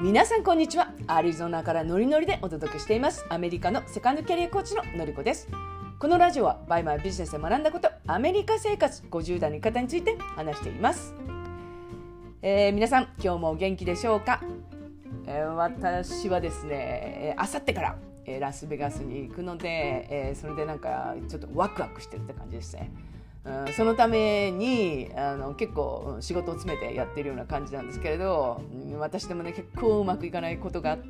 皆さんこんにちは。アリゾナからノリノリでお届けしていますアメリカのセカンドキャリアコーチののりこです。このラジオはバイマイビジネスで学んだこと、アメリカ生活50代の方について話しています。皆さん今日もお元気でしょうか。私はですね、あさってからラスベガスに行くので、それでなんかちょっとワクワクしてるって感じですね。そのために結構仕事を詰めてやってるような感じなんですけれど、私でもね結構うまくいかないことがあって、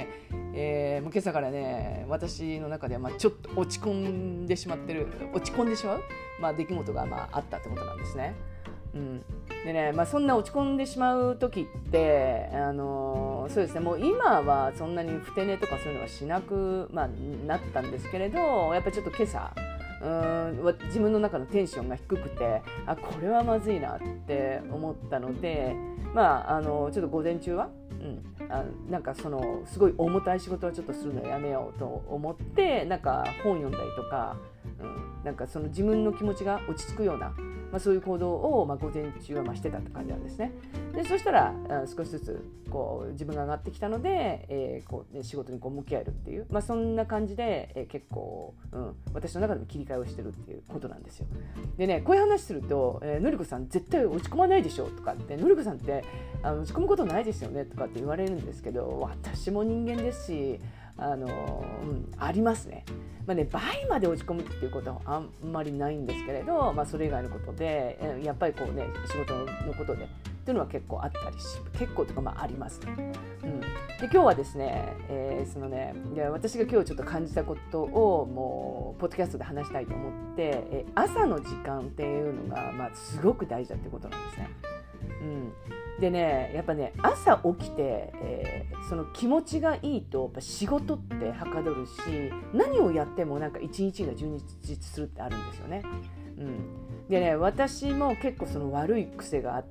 もう今朝からね私の中ではちょっと落ち込んでしまう、出来事があったってことなんですね。でね、そんな落ち込んでしまう時ってそうですね、もう今はそんなにふて寝とかそういうのはしなく、なったんですけれど、やっぱりちょっと今朝自分の中のテンションが低くて、これはまずいなって思ったので、ちょっと午前中は、なんかすごい重たい仕事はちょっとするのをやめようと思って、なんか本読んだりとか、なんか自分の気持ちが落ち着くような、そういう行動を午前中はしてたって感じなんですね。でそしたら少しずつ自分が上がってきたので、仕事に向き合えるっていう、そんな感じで、結構、私の中でも切り替えをしてるっていうことなんですよ。でね、こういう話すると、のりこさん絶対落ち込まないでしょとかって、のりこさんって落ち込むことないですよねとかって言われるんですけど、私も人間ですしありますね。倍まで落ち込むっていうことはあんまりないんですけれど、それ以外のことでやっぱり仕事のことでっていうのは結構あったり結構とかありますね。で今日はですね、私が今日ちょっと感じたことをもうポッドキャストで話したいと思って、朝の時間っていうのがすごく大事だっていうことなんですね。でね、やっぱね朝起きて、その気持ちがいいとやっぱ仕事ってはかどるし、何をやってもなんか一日が充実するってあるんですよね。でね、私も結構その悪い癖があって、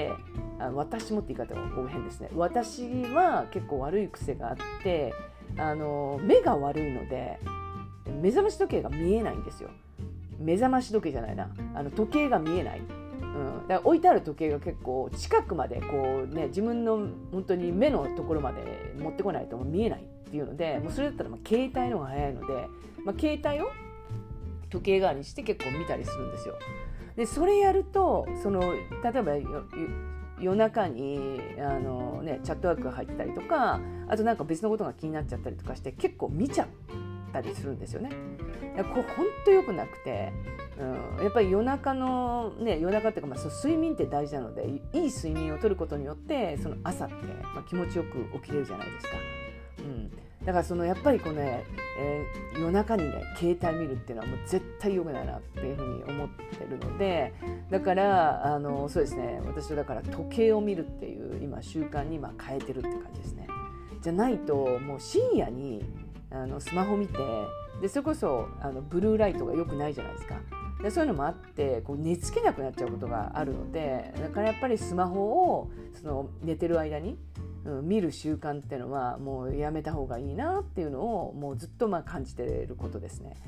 私もって言い方が変ですね。私は結構悪い癖があって、目が悪いので目覚まし時計が見えないんですよ。目覚まし時計じゃないな、時計が見えない。だから置いてある時計が結構近くまで自分の本当に目のところまで持ってこないと見えないっていうので、もうそれだったら携帯の方が早いので、携帯を時計代わりにして結構見たりするんですよ。でそれやると例えば夜中にチャットワークが入ったりとか、あとなんか別のことが気になっちゃったりとかして結構見ちゃったりするんですよね。これ本当良くなくて、やっぱり夜中っていうか、睡眠って大事なので、いい睡眠をとることによってその朝って、気持ちよく起きれるじゃないですか。だからやっぱり夜中に携帯見るっていうのはもう絶対良くないなっていうふうに思ってるので、だからそうですね、私はだから時計を見るっていう今習慣に変えてるって感じですね。じゃないともう深夜にスマホ見て、でそれこそブルーライトが良くないじゃないですか。でそういうのもあって寝つけなくなっちゃうことがあるので、だからやっぱりスマホを寝てる間に、見る習慣っていうのはもうやめた方がいいなっていうのをもうずっと感じていることですね。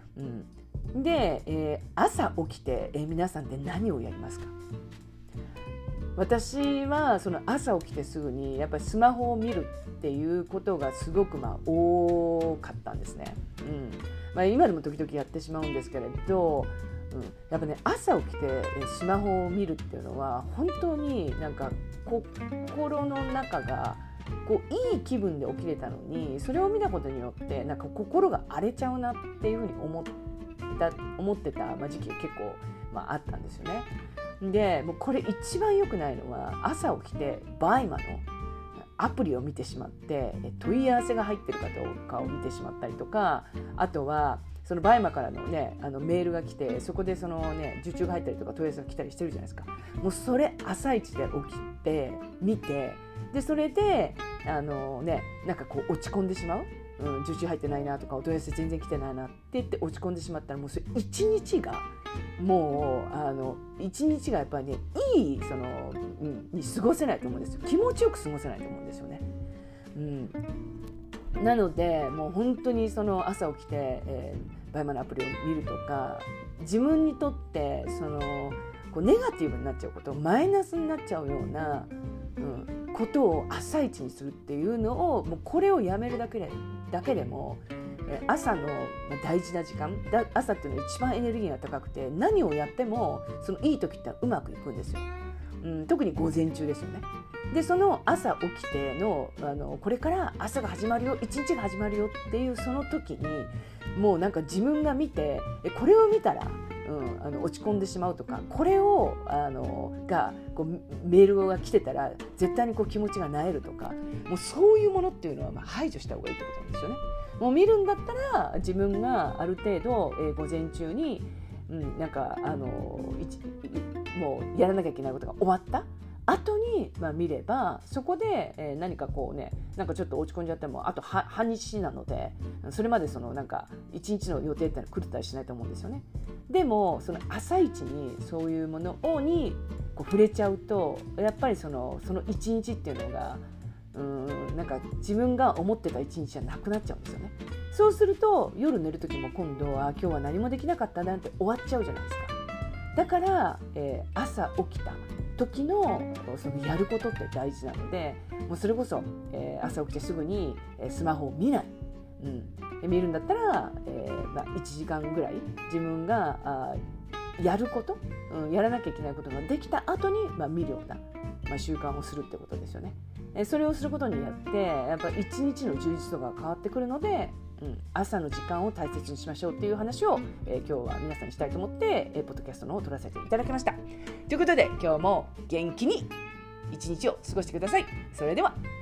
で、朝起きて、皆さんって何をやりますか？私は朝起きてすぐにやっぱりスマホを見るっていうことがすごく多かったんですね。今でも時々やってしまうんですけれど、やっぱね朝起きてスマホを見るっていうのは本当になんか心の中がいい気分で起きれたのに、それを見たことによってなんか心が荒れちゃうなっていうふうに思ってた時期が結構あったんですよね。でもうこれ一番良くないのは、朝起きてバイマのアプリを見てしまって問い合わせが入ってるかどうかを見てしまったりとか、あとはそのバイマからのメールが来て、そこで受注が入ったりとか問い合わせが来たりしてるじゃないですか。もうそれ朝一で起きて見て、でそれでなんか落ち込んでしまう、受注入ってないなとかお問い合わせ全然来てないなって言って落ち込んでしまったら、もうそれ一日がやっぱりねいいに過ごせないと思うんですよ。気持ちよく過ごせないと思うんですよね。なのでもう本当に朝起きて、バイマのアプリを見るとか、自分にとってネガティブになっちゃうこと、マイナスになっちゃうような、 ことを朝一にするっていうのをもうこれをやめるだけでも朝の大事な時間朝っていうのは一番エネルギーが高くて何をやってもそのいい時ってうまくいくんですよ、特に午前中ですよね。でその朝起きてのこれから朝が始まるよ一日が始まるよっていうその時にもうなんか自分が見てこれを見たら落ち込んでしまうとかこれをがこうメールが来てたら絶対にこう気持ちが萎えるとかもうそういうものっていうのは排除した方がいいってことなんですよね。もう見るんだったら自分がある程度、午前中に、なんかもうやらなきゃいけないことが終わった後に、見ればそこで、何かこうねなんかちょっと落ち込んじゃってもあと半日なのでそれまでそのなんか一日の予定ってのは狂ったりしないと思うんですよね。でもその朝一にそういうものにこう触れちゃうとやっぱりその一日っていうのがなんか自分が思ってた一日じゃなくなっちゃうんですよね。そうすると夜寝る時も今度は今日は何もできなかったなんて終わっちゃうじゃないですか。だから、朝起きた時のそのやることって大事なのでもうそれこそ、朝起きてすぐにスマホを見ない、見るんだったら、1時間ぐらい自分がやること、やらなきゃいけないことができた後に、見るような、習慣をするってことですよね。それをすることによってやっぱり一日の充実度が変わってくるので、朝の時間を大切にしましょうっていう話を、今日は皆さんにしたいと思って、ポッドキャストの方を撮らせていただきました。ということで今日も元気に一日を過ごしてください。それでは。